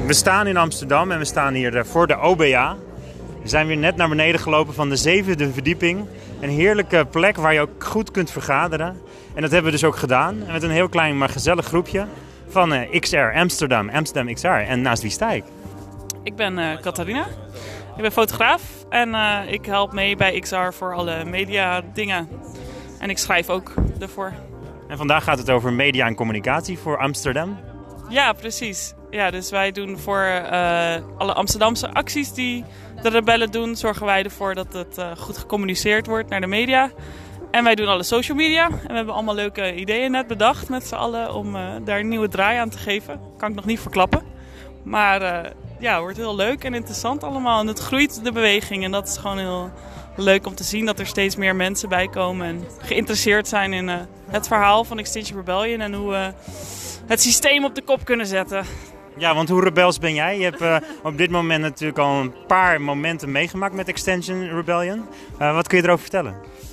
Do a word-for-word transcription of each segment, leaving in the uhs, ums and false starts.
We staan in Amsterdam en we staan hier voor de O B A. We zijn weer net naar beneden gelopen van de zevende verdieping. Een heerlijke plek waar je ook goed kunt vergaderen. En dat hebben we dus ook gedaan. En met een heel klein maar gezellig groepje van uh, X R Amsterdam, Amsterdam X R. En naast wie sta ik? Ik ben uh, Catharina. Ik ben fotograaf en uh, ik help mee bij X R voor alle media dingen. En ik schrijf ook ervoor. En vandaag gaat het over media en communicatie voor Amsterdam. Ja, precies. Ja, dus wij doen voor uh, alle Amsterdamse acties die de rebellen doen, zorgen wij ervoor dat het uh, goed gecommuniceerd wordt naar de media. En wij doen alle social media. En we hebben allemaal leuke ideeën net bedacht met z'n allen om uh, daar een nieuwe draai aan te geven. Kan ik nog niet verklappen. Maar uh, ja, het wordt heel leuk en interessant allemaal. En het groeit, de beweging. En dat is gewoon heel leuk om te zien dat er steeds meer mensen bij komen en geïnteresseerd zijn in uh, het verhaal van Extinction Rebellion en hoe we uh, het systeem op de kop kunnen zetten. Ja, want hoe rebels ben jij? Je hebt uh, op dit moment natuurlijk al een paar momenten meegemaakt met Extinction Rebellion. Uh, wat kun je erover vertellen?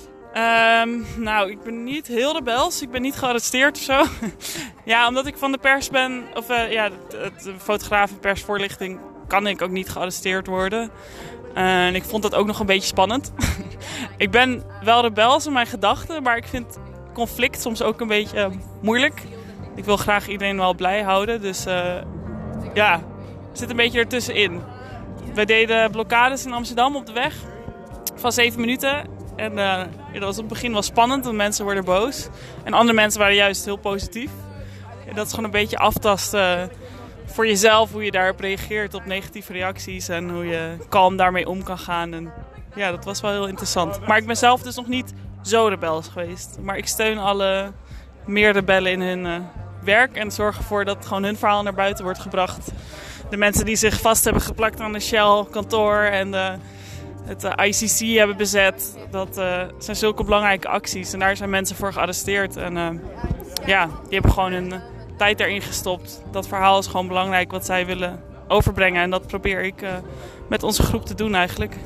Um, nou, ik ben niet heel rebels. Ik ben niet gearresteerd of zo. Ja, omdat ik van de pers ben, of uh, ja, het, het fotograaf en persvoorlichting, kan ik ook niet gearresteerd worden. Uh, en ik vond dat ook nog een beetje spannend. Ik ben wel rebels in mijn gedachten, maar ik vind conflict soms ook een beetje uh, moeilijk. Ik wil graag iedereen wel blij houden, dus uh, ja, ik zit een beetje ertussenin. Wij deden blokkades in Amsterdam op de weg van zeven minuten. En uh, dat was op het begin wel spannend, want mensen worden boos. En andere mensen waren juist heel positief. En dat is gewoon een beetje aftasten voor jezelf, hoe je daarop reageert op negatieve reacties. En hoe je kalm daarmee om kan gaan. En ja, dat was wel heel interessant. Maar ik ben zelf dus nog niet zo rebels geweest. Maar ik steun alle meer rebellen in hun uh, werk. En zorg ervoor dat gewoon hun verhaal naar buiten wordt gebracht. De mensen die zich vast hebben geplakt aan de Shell-kantoor en de... het uh, I C C hebben bezet. Dat uh, zijn zulke belangrijke acties. En daar zijn mensen voor gearresteerd. En uh, ja, die hebben gewoon hun uh, tijd erin gestopt. Dat verhaal is gewoon belangrijk wat zij willen overbrengen. En dat probeer ik uh, met onze groep te doen eigenlijk.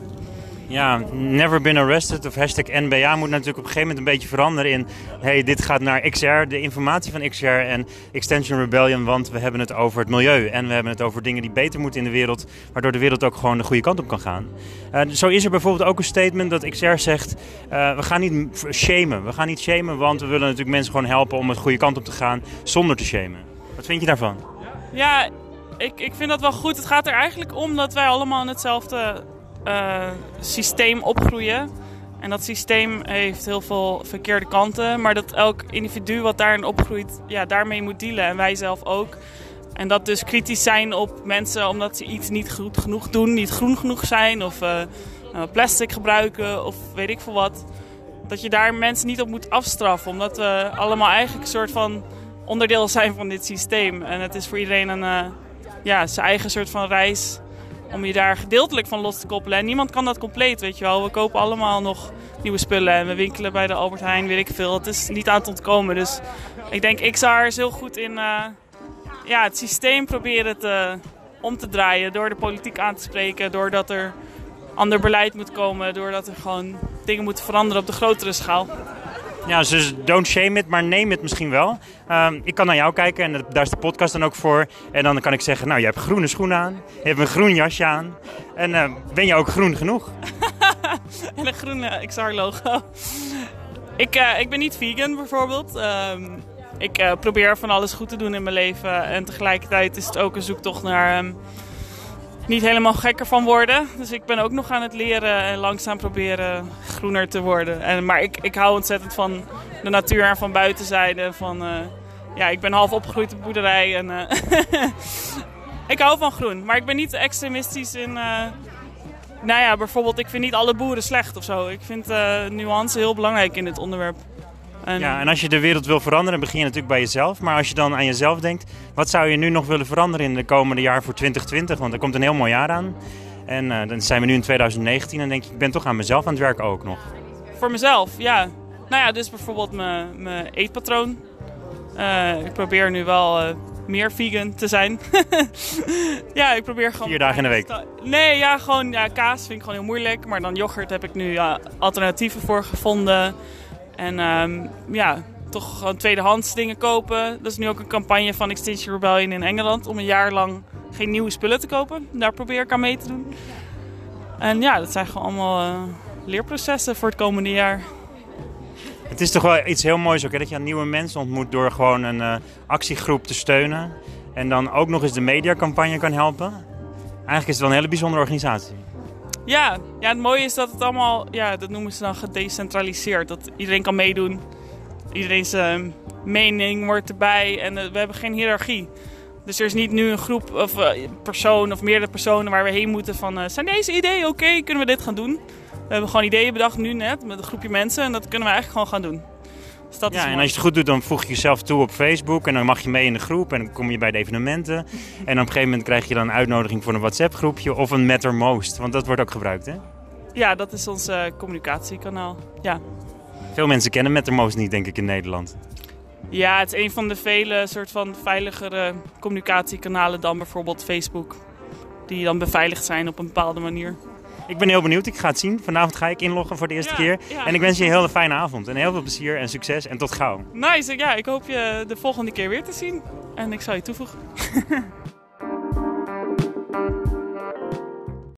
Ja, never been arrested of hashtag N B A moet natuurlijk op een gegeven moment een beetje veranderen in... hey, dit gaat naar X R, de informatie van X R en Extinction Rebellion, want we hebben het over het milieu. En we hebben het over dingen die beter moeten in de wereld, waardoor de wereld ook gewoon de goede kant op kan gaan. Uh, zo is er bijvoorbeeld ook een statement dat X R zegt, uh, we gaan niet shamen. We gaan niet shamen, want we willen natuurlijk mensen gewoon helpen om het goede kant op te gaan zonder te shamen. Wat vind je daarvan? Ja, ik, ik vind dat wel goed. Het gaat er eigenlijk om dat wij allemaal in hetzelfde... Uh, systeem opgroeien. En dat systeem heeft heel veel verkeerde kanten. Maar dat elk individu wat daarin opgroeit, ja, daarmee moet dealen. En wij zelf ook. En dat dus kritisch zijn op mensen omdat ze iets niet goed genoeg doen. Niet groen genoeg zijn. Of uh, plastic gebruiken. Of weet ik veel wat. Dat je daar mensen niet op moet afstraffen. Omdat we allemaal eigenlijk een soort van onderdeel zijn van dit systeem. En het is voor iedereen een, uh, ja, zijn eigen soort van reis... om je daar gedeeltelijk van los te koppelen. En niemand kan dat compleet, weet je wel. We kopen allemaal nog nieuwe spullen en we winkelen bij de Albert Heijn, weet ik veel. Het is niet aan te ontkomen. Dus ik denk X R is heel goed in uh, ja, het systeem proberen te, om te draaien. Door de politiek aan te spreken, doordat er ander beleid moet komen. Doordat er gewoon dingen moeten veranderen op de grotere schaal. Ja, dus don't shame it, maar name it misschien wel. Um, ik kan naar jou kijken en daar is de podcast dan ook voor. En dan kan ik zeggen, nou, je hebt groene schoenen aan. Je hebt een groen jasje aan. En uh, ben je ook groen genoeg? En een groene X R-logo. Ik, uh, ik ben niet vegan bijvoorbeeld. Um, ik uh, probeer van alles goed te doen in mijn leven. En tegelijkertijd is het ook een zoektocht naar... Um, niet helemaal gekker van worden. Dus ik ben ook nog aan het leren en langzaam proberen groener te worden. En, maar ik, ik hou ontzettend van de natuur en van buiten zijn. Van, uh, ja, ik ben half opgegroeid op boerderij. En, uh, ik hou van groen. Maar ik ben niet extremistisch in... Uh, nou ja, bijvoorbeeld, ik vind niet alle boeren slecht of zo. Ik vind uh, nuance heel belangrijk in dit onderwerp. En... Ja, en als je de wereld wil veranderen, begin je natuurlijk bij jezelf. Maar als je dan aan jezelf denkt, wat zou je nu nog willen veranderen in de komende jaar voor twintig twintig? Want er komt een heel mooi jaar aan. En uh, dan zijn we nu in twintig negentien en denk ik, ik ben toch aan mezelf aan het werken ook nog. Voor mezelf, ja. Nou ja, dus bijvoorbeeld mijn, mijn eetpatroon. Uh, ik probeer nu wel uh, meer vegan te zijn. Ja, ik probeer gewoon... Vier dagen in de week? Nee, ja, gewoon ja, kaas vind ik gewoon heel moeilijk. Maar dan yoghurt heb ik nu ja, alternatieven voor gevonden. En um, ja, toch gewoon tweedehands dingen kopen. Dat is nu ook een campagne van Extinction Rebellion in Engeland. Om een jaar lang geen nieuwe spullen te kopen. Daar probeer ik aan mee te doen. En ja, dat zijn gewoon allemaal uh, leerprocessen voor het komende jaar. Het is toch wel iets heel moois ook, hè? Dat je aan nieuwe mensen ontmoet door gewoon een uh, actiegroep te steunen. En dan ook nog eens de mediacampagne kan helpen. Eigenlijk is het wel een hele bijzondere organisatie. Ja, ja, het mooie is dat het allemaal, ja, dat noemen ze dan gedecentraliseerd. Dat iedereen kan meedoen. Iedereen's uh, mening wordt erbij en uh, we hebben geen hiërarchie. Dus er is niet nu een groep of uh, persoon of meerdere personen waar we heen moeten van... Uh, zijn deze ideeën oké? Okay? Kunnen we dit gaan doen? We hebben gewoon ideeën bedacht nu net met een groepje mensen en dat kunnen we eigenlijk gewoon gaan doen. Dus dat ja, is en mooi. als je het goed doet, dan voeg je jezelf toe op Facebook en dan mag je mee in de groep en dan kom je bij de evenementen. En op een gegeven moment krijg je dan een uitnodiging voor een WhatsApp groepje of een Mattermost, want dat wordt ook gebruikt, hè? Ja, dat is ons uh, communicatiekanaal, ja. Veel mensen kennen Mattermost niet, denk ik, in Nederland. Ja, het is een van de vele soort van veiligere communicatiekanalen dan bijvoorbeeld Facebook. Die dan beveiligd zijn op een bepaalde manier. Ik ben heel benieuwd, ik ga het zien. Vanavond ga ik inloggen voor de eerste ja, keer. Ja. En ik wens je een hele fijne avond en heel veel plezier en succes en tot gauw. Nice, ja, ik hoop je de volgende keer weer te zien. En ik zal je toevoegen.